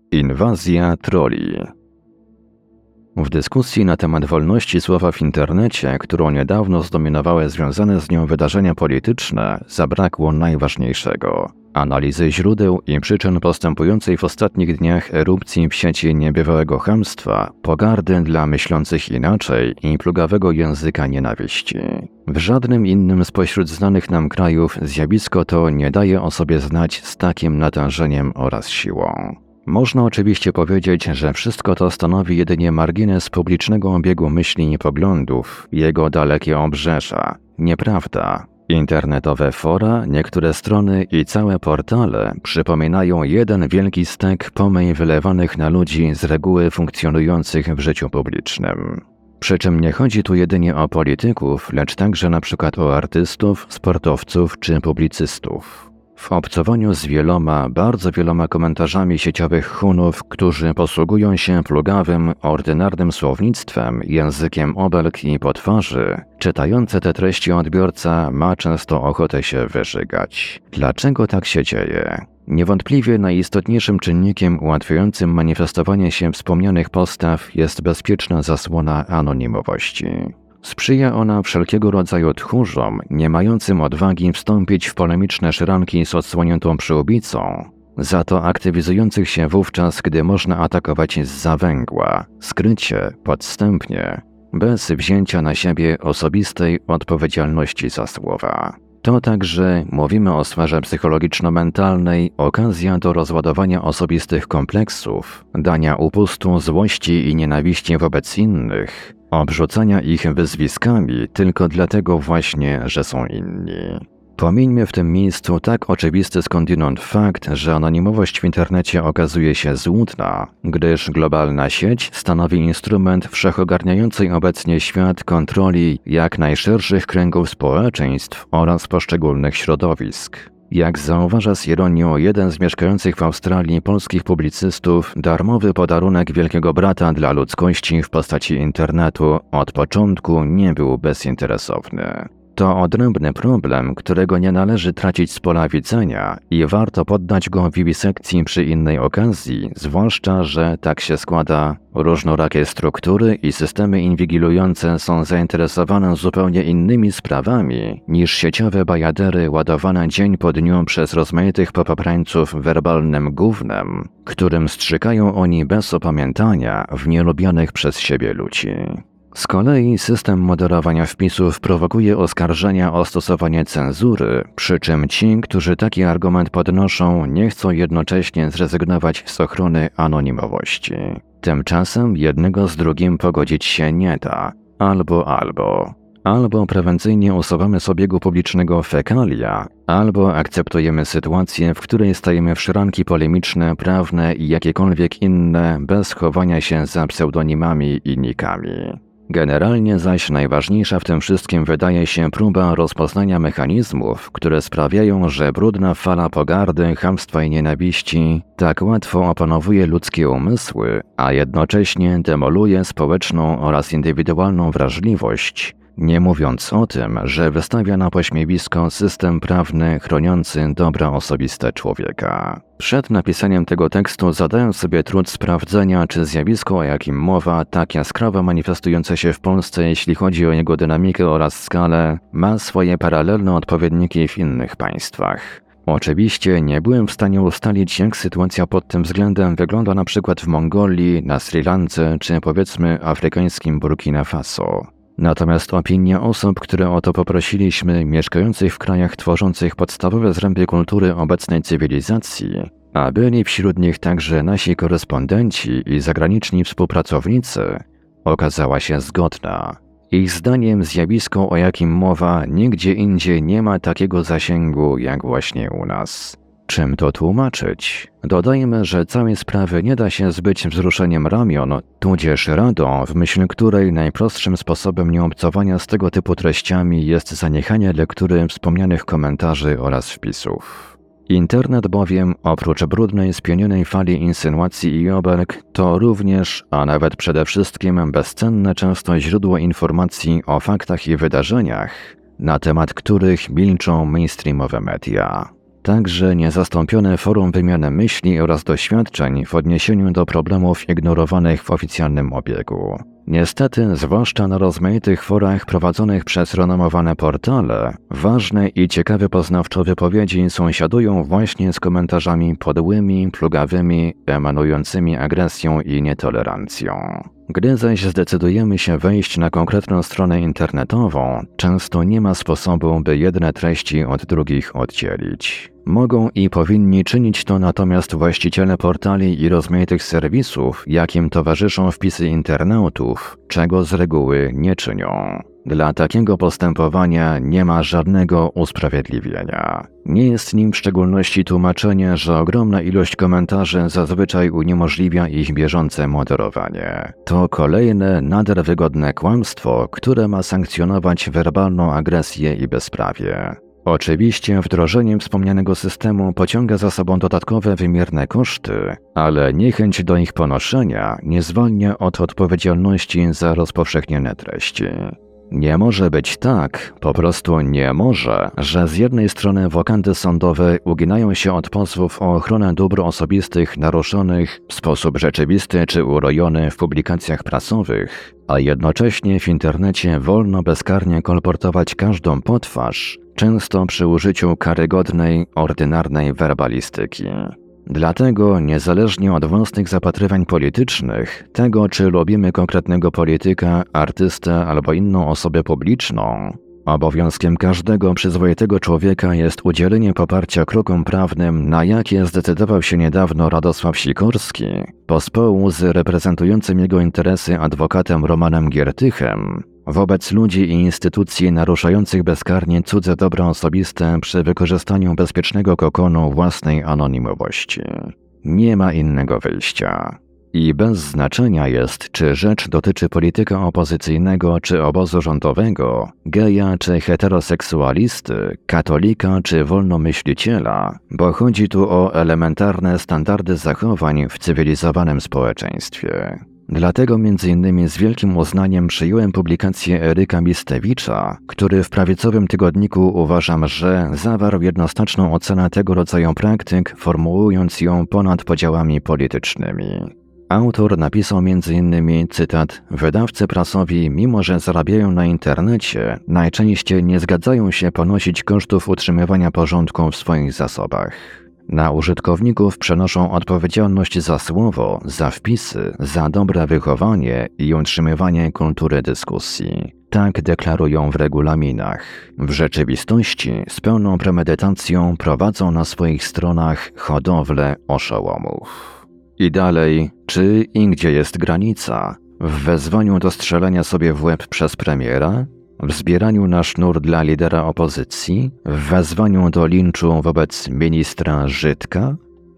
Inwazja trolli. W dyskusji na temat wolności słowa w internecie, którą niedawno zdominowały związane z nią wydarzenia polityczne, zabrakło najważniejszego – analizy źródeł i przyczyn postępującej w ostatnich dniach erupcji w sieci niebywałego chamstwa, pogardy dla myślących inaczej i plugawego języka nienawiści. W żadnym innym spośród znanych nam krajów zjawisko to nie daje o sobie znać z takim natężeniem oraz siłą. Można oczywiście powiedzieć, że wszystko to stanowi jedynie margines publicznego obiegu myśli i poglądów, jego dalekie obrzeża. Nieprawda. Internetowe fora, niektóre strony i całe portale przypominają jeden wielki stek pomyj wylewanych na ludzi z reguły funkcjonujących w życiu publicznym. Przy czym nie chodzi tu jedynie o polityków, lecz także np. o artystów, sportowców czy publicystów. W obcowaniu z bardzo wieloma komentarzami sieciowych hunów, którzy posługują się plugawym, ordynarnym słownictwem, językiem obelg i potwarzy, czytający te treści odbiorca ma często ochotę się wyżygać. Dlaczego tak się dzieje? Niewątpliwie najistotniejszym czynnikiem ułatwiającym manifestowanie się wspomnianych postaw jest bezpieczna zasłona anonimowości. Sprzyja ona wszelkiego rodzaju tchórzom, nie mającym odwagi wstąpić w polemiczne szranki z odsłoniętą przyłbicą, za to aktywizujących się wówczas, gdy można atakować zza węgła, skrycie, podstępnie, bez wzięcia na siebie osobistej odpowiedzialności za słowa. To także, mówimy o sferze psychologiczno-mentalnej, okazja do rozładowania osobistych kompleksów, dania upustu złości i nienawiści wobec innych, obrzucania ich wyzwiskami tylko dlatego właśnie, że są inni. Pomińmy w tym miejscu tak oczywisty skądinąd fakt, że anonimowość w internecie okazuje się złudna, gdyż globalna sieć stanowi instrument wszechogarniającej obecnie świat kontroli jak najszerszych kręgów społeczeństw oraz poszczególnych środowisk. Jak zauważa z ironią jeden z mieszkających w Australii polskich publicystów, darmowy podarunek Wielkiego Brata dla ludzkości w postaci internetu od początku nie był bezinteresowny. To odrębny problem, którego nie należy tracić z pola widzenia i warto poddać go wiwisekcji przy innej okazji, zwłaszcza, że tak się składa, różnorakie struktury i systemy inwigilujące są zainteresowane zupełnie innymi sprawami niż sieciowe bajadery ładowane dzień po dniu przez rozmaitych popaprańców werbalnym gównem, którym strzykają oni bez opamiętania w nielubianych przez siebie ludzi. Z kolei system moderowania wpisów prowokuje oskarżenia o stosowanie cenzury, przy czym ci, którzy taki argument podnoszą, nie chcą jednocześnie zrezygnować z ochrony anonimowości. Tymczasem jednego z drugim pogodzić się nie da. Albo prewencyjnie usuwamy z obiegu publicznego fekalia, albo akceptujemy sytuację, w której stajemy w szranki polemiczne, prawne i jakiekolwiek inne, bez chowania się za pseudonimami i nikami. Generalnie zaś najważniejsza w tym wszystkim wydaje się próba rozpoznania mechanizmów, które sprawiają, że brudna fala pogardy, chamstwa i nienawiści tak łatwo opanowuje ludzkie umysły, a jednocześnie demoluje społeczną oraz indywidualną wrażliwość, nie mówiąc o tym, że wystawia na pośmiewisko system prawny chroniący dobra osobiste człowieka. Przed napisaniem tego tekstu zadałem sobie trud sprawdzenia, czy zjawisko, o jakim mowa, tak jaskrawo manifestujące się w Polsce, jeśli chodzi o jego dynamikę oraz skalę, ma swoje paralelne odpowiedniki w innych państwach. Oczywiście nie byłem w stanie ustalić, jak sytuacja pod tym względem wygląda na przykład w Mongolii, na Sri Lance czy powiedzmy afrykańskim Burkina Faso. Natomiast opinia osób, które o to poprosiliśmy, mieszkających w krajach tworzących podstawowe zręby kultury obecnej cywilizacji, a byli wśród nich także nasi korespondenci i zagraniczni współpracownicy, okazała się zgodna. Ich zdaniem zjawisko, o jakim mowa, nigdzie indziej nie ma takiego zasięgu jak właśnie u nas. Czym to tłumaczyć? Dodajmy, że całej sprawy nie da się zbyć wzruszeniem ramion, tudzież radą, w myśl której najprostszym sposobem nieobcowania z tego typu treściami jest zaniechanie lektury wspomnianych komentarzy oraz wpisów. Internet bowiem, oprócz brudnej, spienionej fali insynuacji i obelg, to również, a nawet przede wszystkim bezcenne często źródło informacji o faktach i wydarzeniach, na temat których milczą mainstreamowe media. Także niezastąpione forum wymiany myśli oraz doświadczeń w odniesieniu do problemów ignorowanych w oficjalnym obiegu. Niestety, zwłaszcza na rozmaitych forach prowadzonych przez renomowane portale, ważne i ciekawe poznawczo wypowiedzi sąsiadują właśnie z komentarzami podłymi, plugawymi, emanującymi agresją i nietolerancją. Gdy zaś zdecydujemy się wejść na konkretną stronę internetową, często nie ma sposobu, by jedne treści od drugich oddzielić. Mogą i powinni czynić to natomiast właściciele portali i rozmaitych serwisów, jakim towarzyszą wpisy internautów, czego z reguły nie czynią. Dla takiego postępowania nie ma żadnego usprawiedliwienia. Nie jest nim w szczególności tłumaczenie, że ogromna ilość komentarzy zazwyczaj uniemożliwia ich bieżące moderowanie. To kolejne, nader wygodne kłamstwo, które ma sankcjonować werbalną agresję i bezprawie. Oczywiście wdrożenie wspomnianego systemu pociąga za sobą dodatkowe wymierne koszty, ale niechęć do ich ponoszenia nie zwalnia od odpowiedzialności za rozpowszechnione treści. Nie może być tak, po prostu nie może, że z jednej strony wokandy sądowe uginają się od pozwów o ochronę dóbr osobistych naruszonych w sposób rzeczywisty czy urojony w publikacjach prasowych, a jednocześnie w internecie wolno bezkarnie kolportować każdą potwarz, często przy użyciu karygodnej, ordynarnej werbalistyki. Dlatego, niezależnie od własnych zapatrywań politycznych, tego czy lubimy konkretnego polityka, artystę albo inną osobę publiczną, obowiązkiem każdego przyzwoitego człowieka jest udzielenie poparcia krokom prawnym, na jakie zdecydował się niedawno Radosław Sikorski, pospołu z reprezentującym jego interesy adwokatem Romanem Giertychem, wobec ludzi i instytucji naruszających bezkarnie cudze dobra osobiste przy wykorzystaniu bezpiecznego kokonu własnej anonimowości. Nie ma innego wyjścia. I bez znaczenia jest, czy rzecz dotyczy polityka opozycyjnego czy obozu rządowego, geja czy heteroseksualisty, katolika czy wolnomyśliciela, bo chodzi tu o elementarne standardy zachowań w cywilizowanym społeczeństwie. Dlatego m.in. z wielkim uznaniem przyjąłem publikację Eryka Mistewicza, który w prawicowym tygodniku uważam, że zawarł jednoznaczną ocenę tego rodzaju praktyk, formułując ją ponad podziałami politycznymi. Autor napisał m.in., cytat, wydawcy prasowi, mimo że zarabiają na internecie, najczęściej nie zgadzają się ponosić kosztów utrzymywania porządku w swoich zasobach. Na użytkowników przenoszą odpowiedzialność za słowo, za wpisy, za dobre wychowanie i utrzymywanie kultury dyskusji. Tak deklarują w regulaminach. W rzeczywistości z pełną premedytacją prowadzą na swoich stronach hodowlę oszołomów. I dalej, czy i gdzie jest granica? W wezwaniu do strzelania sobie w łeb przez premiera? W zbieraniu na sznur dla lidera opozycji? W wezwaniu do linczu wobec ministra Żydka?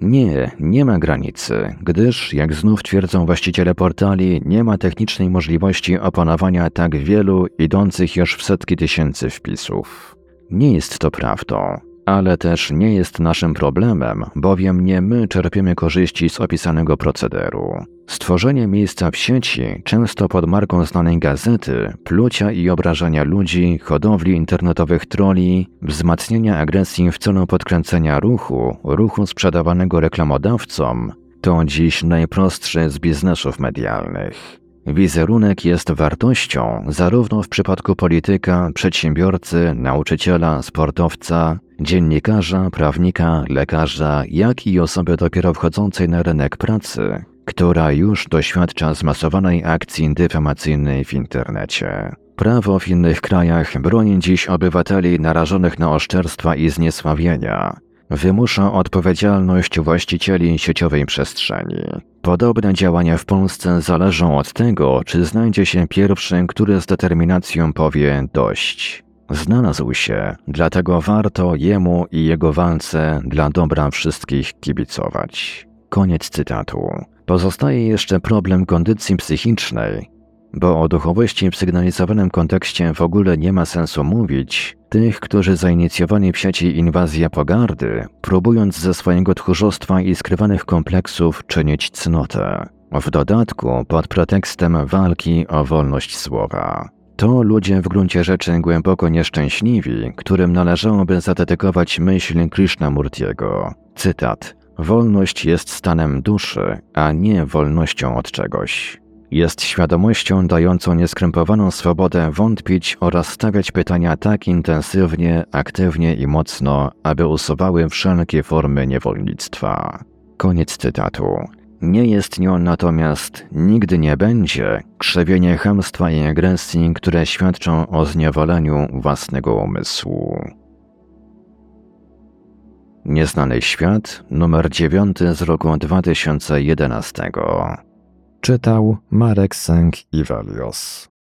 Nie ma granicy, gdyż, jak znów twierdzą właściciele portali, nie ma technicznej możliwości opanowania tak wielu, idących już w setki tysięcy wpisów. Nie jest to prawdą. Ale też nie jest naszym problemem, bowiem nie my czerpiemy korzyści z opisanego procederu. Stworzenie miejsca w sieci, często pod marką znanej gazety, plucia i obrażania ludzi, hodowli internetowych trolli, wzmacniania agresji w celu podkręcenia ruchu sprzedawanego reklamodawcom, to dziś najprostszy z biznesów medialnych. Wizerunek jest wartością zarówno w przypadku polityka, przedsiębiorcy, nauczyciela, sportowca, dziennikarza, prawnika, lekarza, jak i osoby dopiero wchodzącej na rynek pracy, która już doświadcza zmasowanej akcji dyfamacyjnej w internecie. Prawo w innych krajach broni dziś obywateli narażonych na oszczerstwa i zniesławienia. Wymusza odpowiedzialność właścicieli sieciowej przestrzeni. Podobne działania w Polsce zależą od tego, czy znajdzie się pierwszy, który z determinacją powie dość. Znalazł się, dlatego warto jemu i jego walce dla dobra wszystkich kibicować. Koniec cytatu. Pozostaje jeszcze problem kondycji psychicznej, bo o duchowości w sygnalizowanym kontekście w ogóle nie ma sensu mówić, tych, którzy zainicjowali w sieci inwazję pogardy, próbując ze swojego tchórzostwa i skrywanych kompleksów czynić cnotę. W dodatku pod pretekstem walki o wolność słowa. To ludzie w gruncie rzeczy głęboko nieszczęśliwi, którym należałoby zadedykować myśl Krishnamurtiego. Cytat: wolność jest stanem duszy, a nie wolnością od czegoś. Jest świadomością dającą nieskrępowaną swobodę wątpić oraz stawiać pytania tak intensywnie, aktywnie i mocno, aby usuwały wszelkie formy niewolnictwa. Koniec cytatu. Nie jest nią natomiast, nigdy nie będzie, krzewienie chamstwa i agresji, które świadczą o zniewoleniu własnego umysłu. Nieznany świat, numer 9 z roku 2011. Czytał Marek Sęk-Iwelios.